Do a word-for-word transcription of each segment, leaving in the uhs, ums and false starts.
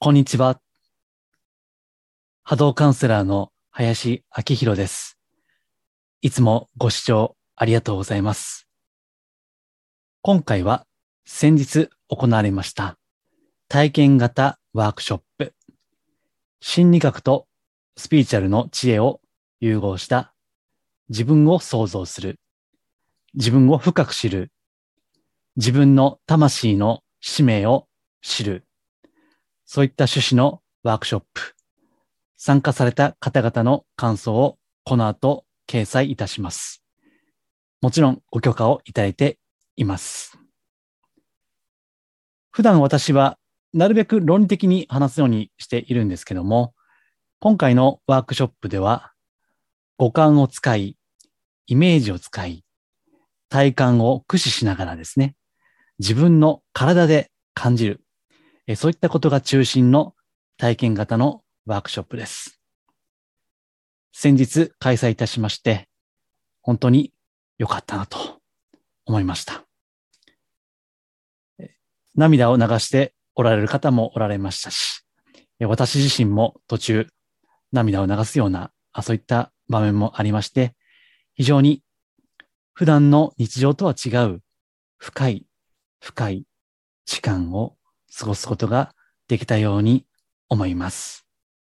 こんにちは。波動カウンセラーの林明宏です。いつもご視聴ありがとうございます。今回は先日行われました体験型ワークショップ、心理学とスピリチュアルの知恵を融合した自分を創造する、自分を深く知る、自分の魂の使命を知る、そういった趣旨のワークショップ、参加された方々の感想をこの後掲載いたします。もちろんご許可をいただいています。普段私はなるべく論理的に話すようにしているんですけども、今回のワークショップでは五感を使い、イメージを使い、体感を駆使しながらですね、自分の体で感じる、そういったことが中心の体験型のワークショップです。先日開催いたしまして、本当に良かったなと思いました。涙を流しておられる方もおられましたし、私自身も途中涙を流すような、そういった場面もありまして、非常に普段の日常とは違う深い、深い時間を過ごすことができたように思います。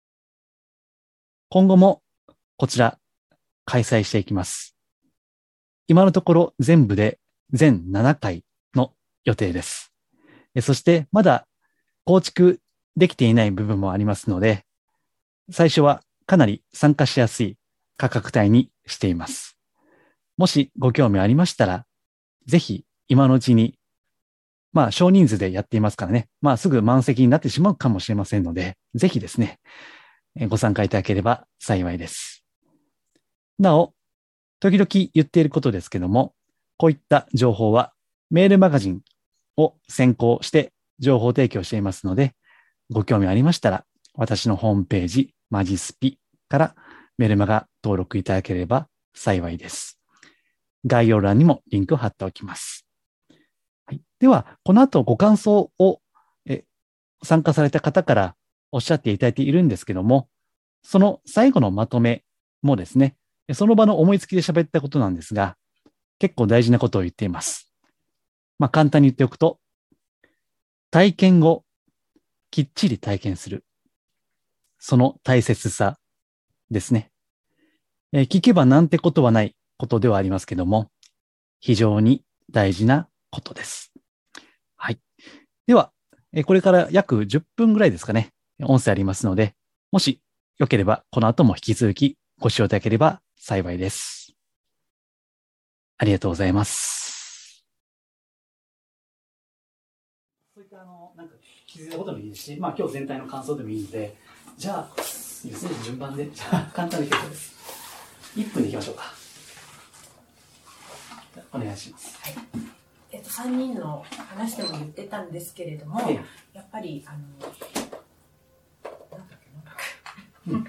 今後もこちら開催していきます。今のところ全部で全ななかいの予定です。そしてまだ構築できていない部分もありますので、最初はかなり参加しやすい価格帯にしています。もしご興味ありましたら、ぜひ今のうちに、まあ少人数でやっていますからね、まあすぐ満席になってしまうかもしれませんので、ぜひですね、ご参加いただければ幸いです。なお、時々言っていることですけども、こういった情報はメールマガジンを先行して情報提供していますので、ご興味ありましたら、私のホームページ、マジスピからメルマガ登録いただければ幸いです。概要欄にもリンクを貼っておきます。はい、では、この後ご感想をえ参加された方からおっしゃっていただいているんですけども、その最後のまとめもですね、その場の思いつきで喋ったことなんですが、結構大事なことを言っています。まあ簡単に言っておくと、体験をきっちり体験する。その大切さですね。えー、聞けばなんてことはないことではありますけども、非常に大事なことです。はい。では、えー、これから約じゅっぷんぐらいですかね、音声ありますので、もしよければこの後も引き続きご視聴いただければ幸いです。ありがとうございます。そういったあの、なんか気づいたこともいいですし、まあ今日全体の感想でもいいので、じゃあ、いいですね、順番で、じゃあ簡単で結構です。いっぷんでいきましょうか。お願いします。 はい。えっと、さんにんの話でも言ってたんですけれども、ええ、やっぱりあのなんだっけなんだっけ、うん、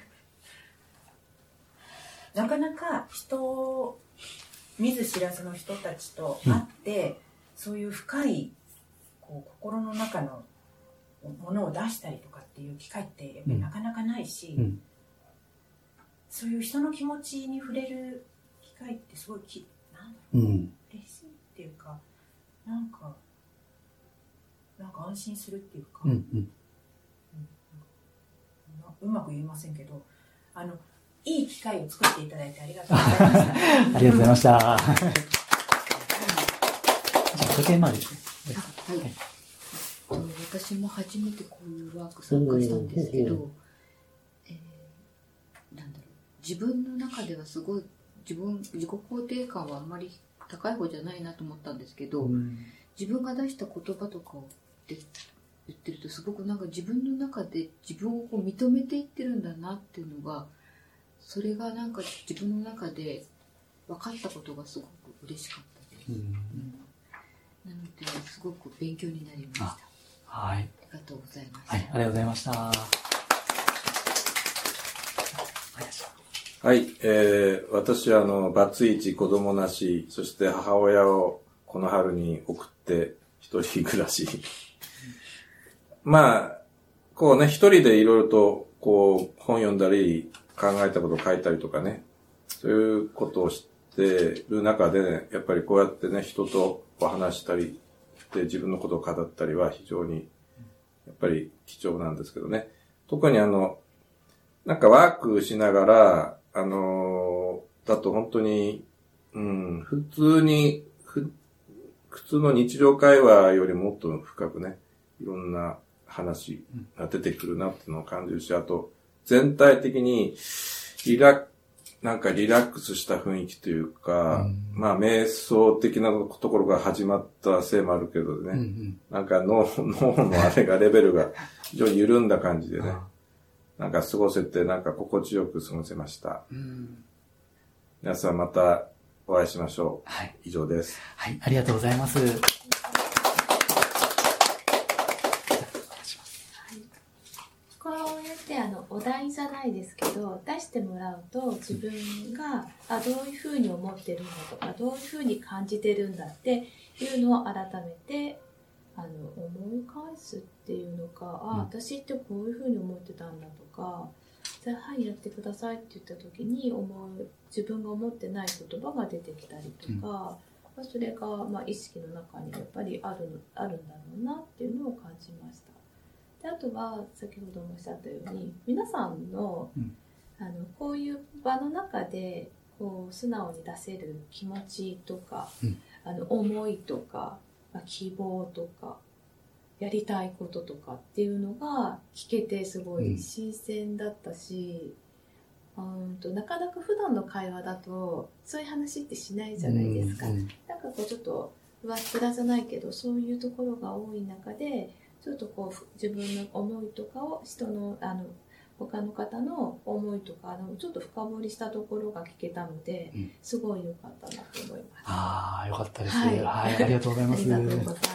なかなか人を見ず知らずの人たちと会って、うん、そういう深いこう心の中のものを出したりとかっていう機会ってやっぱりなかなかないし、うんうん、そういう人の気持ちに触れる機会ってすごいきなんだろう、うん、嬉しいっていうか、なんかなんか安心するっていうか、うんうんうん、うまく言えませんけど、あのいい機会を作っていただいてありがとうございました。 ありがとうございました。じゃあ時計回りですね。 はい。はい、私も初めてこういうワーク参加したんですけど、えー、なんだろう、自分の中ではすごい自分自己肯定感はあんまり高い方じゃないなと思ったんですけど、うん、自分が出した言葉とかを言ってるとすごくなんか自分の中で自分をこう認めていってるんだなっていうのが、それがなんか自分の中で分かったことがすごく嬉しかったです。うんうん、なのですごく勉強になりました。 はい。 ありがとうございました。 はい、ありがとうございました。 はい、えー、私はあのバツイチ子供なし、そして母親をこの春に送って一人暮らし。まあこうね、一人でいろいろと、こう、本読んだり、考えたことを書いたりとかね、そういうことをしてる中でね、やっぱりこうやってね、人とお話したり、で自分のことを語ったりは非常に、やっぱり貴重なんですけどね。特にあの、なんかワークしながら、あのー、だと本当に、うん、普通に、ふ、普通の日常会話よりもっと深くね、いろんな話が出てくるなっていうのを感じるし、あと、全体的に、リラック、なんかリラックスした雰囲気というか、うん、まあ瞑想的なところが始まったせいもあるけどね、うんうん、なんか脳、脳のあれがレベルが非常に緩んだ感じでね、なんか過ごせて、なんか心地よく過ごせました。うん、皆さんまたお会いしましょう。はい。以上です。 はい、ありがとうございます。 こうやってあのお題じゃないですけど出してもらうと自分があどういうふうに思ってるんだとかどういうふうに感じてるんだっていうのを改めてあの思い返すっていうのか、あ、私ってこういうふうに思ってたんだとか、じゃあはいやってくださいって言った時に思う自分が思ってない言葉が出てきたりとか、うん、まあ、それがまあ意識の中にやっぱりあるあるんだろうなっていうのを感じました。であとは先ほどもおっしゃったように皆さんの、うん、あのこういう場の中でこう素直に出せる気持ちとか、うん、あの思いとか、まあ、希望とかやりたいこととかっていうのが聞けてすごい新鮮だったし、うん、うんとなかなか普段の会話だとそういう話ってしないじゃないですか、うんうん、なんかこうちょっと上っ面じゃないけどそういうところが多い中でちょっとこう自分の思いとかを人のあの他の方の思いとかのちょっと深掘りしたところが聞けたので、うん、すごい良かったなと思います。 ああ、良かったです、はい、はい。ありがとうございます。 ありがとうございました。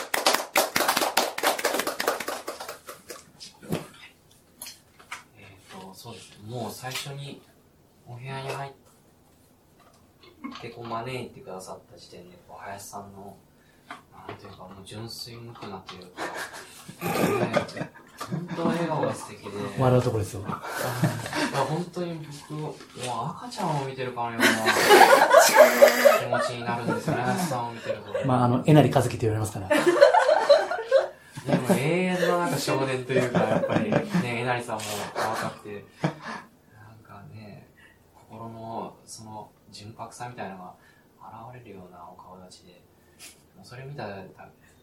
えっとそうですね。もう最初にお部屋に入ってこう招いてくださった時点でこう林さんのなんていうかもう純粋無垢なというか、本当笑顔が素敵で笑うところですよ。いや本当に僕もう赤ちゃんを見てるかのような気持ちになるんですよね。林さんを見てると。 まああのえなりかずきと言われますから。 でも永遠のなんか少年というかやっぱりねえなりさんも若くてなんかね心のその純白さみたいなのが現れるようなお顔立ちで。それ見ただ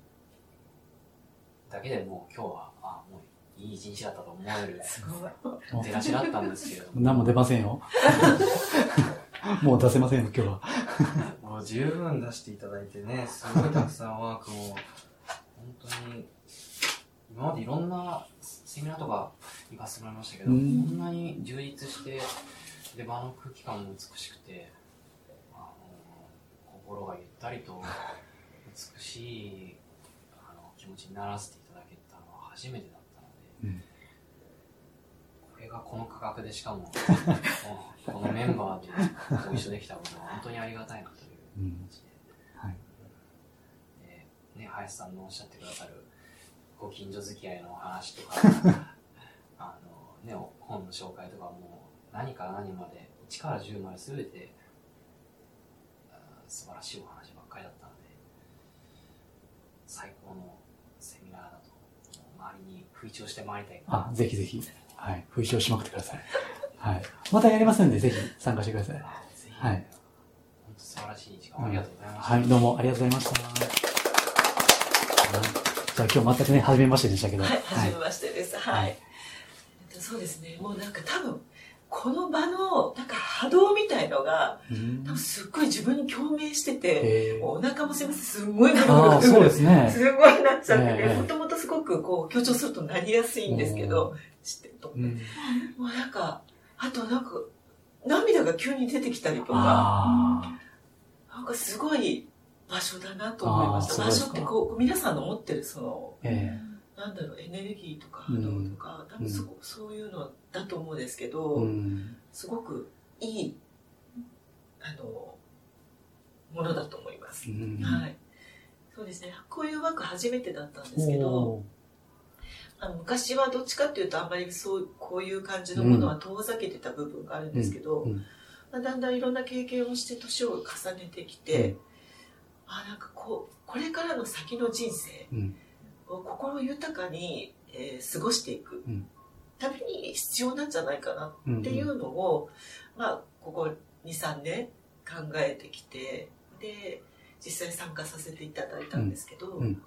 けでもう今日はあもういい一日だったと思える出だしだったんですけれども何も出ませんよもう出せませんよ今日はもう十分出していただいてねすごいたくさんワークも本当に今までいろんなセミナーとか行かせてもらいましたけど、うん、こんなに充実してで場の空気感も美しくてあの心がゆったりと美しいあの気持ちにならせていただけたのは初めてだったので、うん、これがこの価格でしかもこのメンバーでご一緒できたことは本当にありがたいなという感じで、うんはいでね、林さんのおっしゃってくださるご近所付き合いのお話とかあの、ね、本の紹介とかも何から何までいちからじゅうまで全て素晴らしいお話ばっかりだったので最高のセミナーだと周りに吹聴して回りたいあ、ぜひぜひ、はい、吹聴しまくってください、はい、またやりますんでぜひ参加してください。ぜひ、はい、本当素晴らしい時間ありがとうございました、 うん、はい、どうもありがとうございました、はい、じゃあ今日全くね初めましてでしたけど、 はい、初めましてです、はい、はい、そうですね、もうなんか多分この場のなんか波動みたいのが、うん、多分すっごい自分に共鳴してて、お腹もすいません、すごいぐるぐるぐるそうですね、 すごいなっちゃってね、もともとすごくこう強調するとなりやすいんですけど、知ってると、うん、もうなんかあとなんか涙が急に出てきたりとか、なんかすごい場所だなと思いました。場所ってこう皆さんの持ってるその、えーなんだろうエネルギーとか波動とか、うん、多分 そ, そういうのだと思うんですけど、うん、すごくいいあのものだと思います、うん、はい、そうですね、こういうワーク初めてだったんですけど、 あの昔はどっちかっていうとあんまりそうこういう感じのものは遠ざけてた部分があるんですけど、 うんうん、 まあ、だんだんいろんな経験をして年を重ねてきて、うん、あなんかこうこれからの先の人生を心豊かに、えー、過ごしていくために必要なんじゃないかなっていうのを、うんうん、まあ、ここに、さんねん考えてきて、で実際参加させていただいたんですけど、うんうん、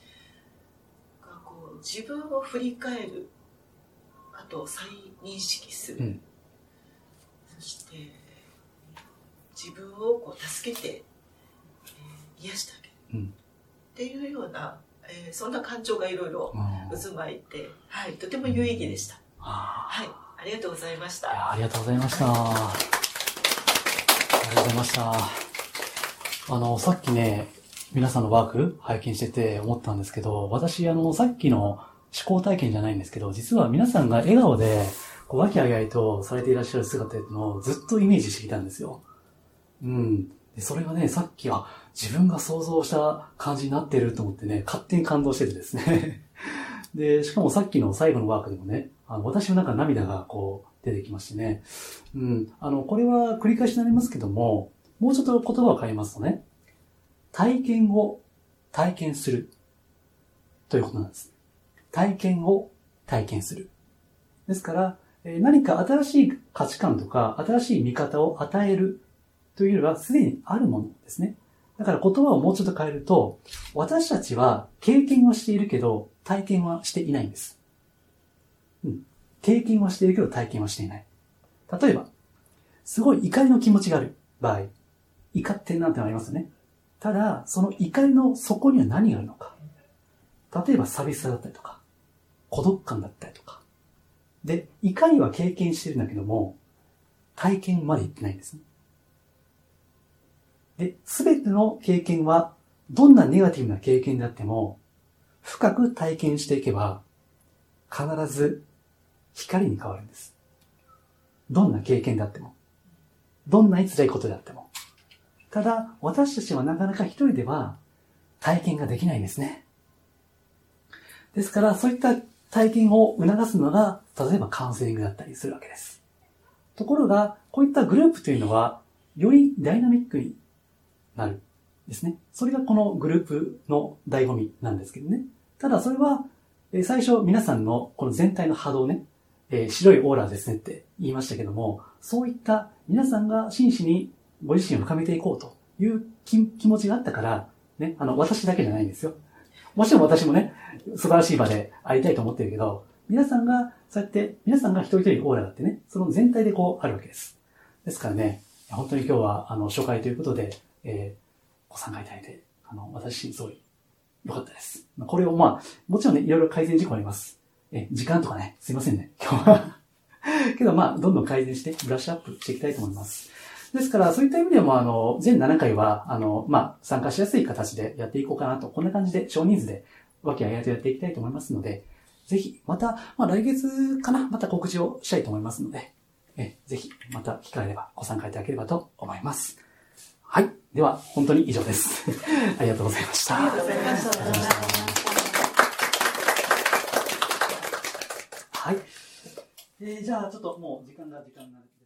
こう自分を振り返る、あと再認識する、うん、そして自分をこう助けて、えー、癒してあげる、うん、っていうような、えー、そんな感情がいろいろ渦巻いて、はい、とても有意義でした。はい、ありがとうございました。 いや、ありがとうございました。ありがとうございました。あの、さっきね、皆さんのワーク拝見してて思ったんですけど、私、あの、さっきの思考体験じゃないんですけど、実は皆さんが笑顔で、こう、和気あいあいとされていらっしゃる姿っていうのをずっとイメージしていたんですよ。うん。で、それがね、さっきは自分が想像した感じになってると思ってね、勝手に感動しててですね。で、しかもさっきの最後のワークでもね、あの、私の中涙がこう、出てきましてね。うん。あの、これは繰り返しになりますけども、もうちょっと言葉を変えますとね、体験を体験するということなんです。体験を体験する。ですから、何か新しい価値観とか、新しい見方を与えるというよりは、すでにあるものですね。だから言葉をもうちょっと変えると、私たちは経験はしているけど、体験はしていないんです。うん。経験はしているけど、体験はしていない。例えば、すごい怒りの気持ちがある場合、怒ってんなんてのありますよね。ただ、その怒りの底には何があるのか。例えば、寂しさだったりとか、孤独感だったりとか。で、怒りは経験してるんだけども、体験までいってないんですね。で、すべての経験は、どんなネガティブな経験であっても、深く体験していけば、必ず光に変わるんです。どんな経験であっても。どんなに辛いことであっても。ただ、私たちはなかなか一人では体験ができないんですね。ですから、そういった体験を促すのが、例えばカウンセリングだったりするわけです。ところが、こういったグループというのは、よりダイナミックになるですね。それがこのグループの醍醐味なんですけどね。ただそれは、最初皆さんのこの全体の波動ね、えー、白いオーラですねって言いましたけども、そういった皆さんが真摯にご自身を深めていこうという気持ちがあったから、ね、あの、私だけじゃないんですよ。もちろん私もね、素晴らしい場でありたいと思ってるけど、皆さんが、そうやって、皆さんが一人一人オーラがあってね、その全体でこうあるわけです。ですからね、本当に今日は、あの、初回ということで、えー、ご参加いただいて、あの、私、すごい良かったです。これをまあ、もちろんね、いろいろ改善事項あります。え、時間とかね、すいませんね、今日は。けどまあ、どんどん改善して、ブラッシュアップしていきたいと思います。ですから、そういった意味でも、あの、全ななかいは、あの、まあ、参加しやすい形でやっていこうかなと、こんな感じで、少人数で、和気あいあいとやっていきたいと思いますので、ぜひ、また、まあ、来月かな、また告知をしたいと思いますので、え、ぜひ、また機会あればご参加いただければと思います。はい。では、本当に以上です。ありがとうございました。 ありがとうございました。 はい。えー、じゃあ、ちょっともう時間が時間になるので。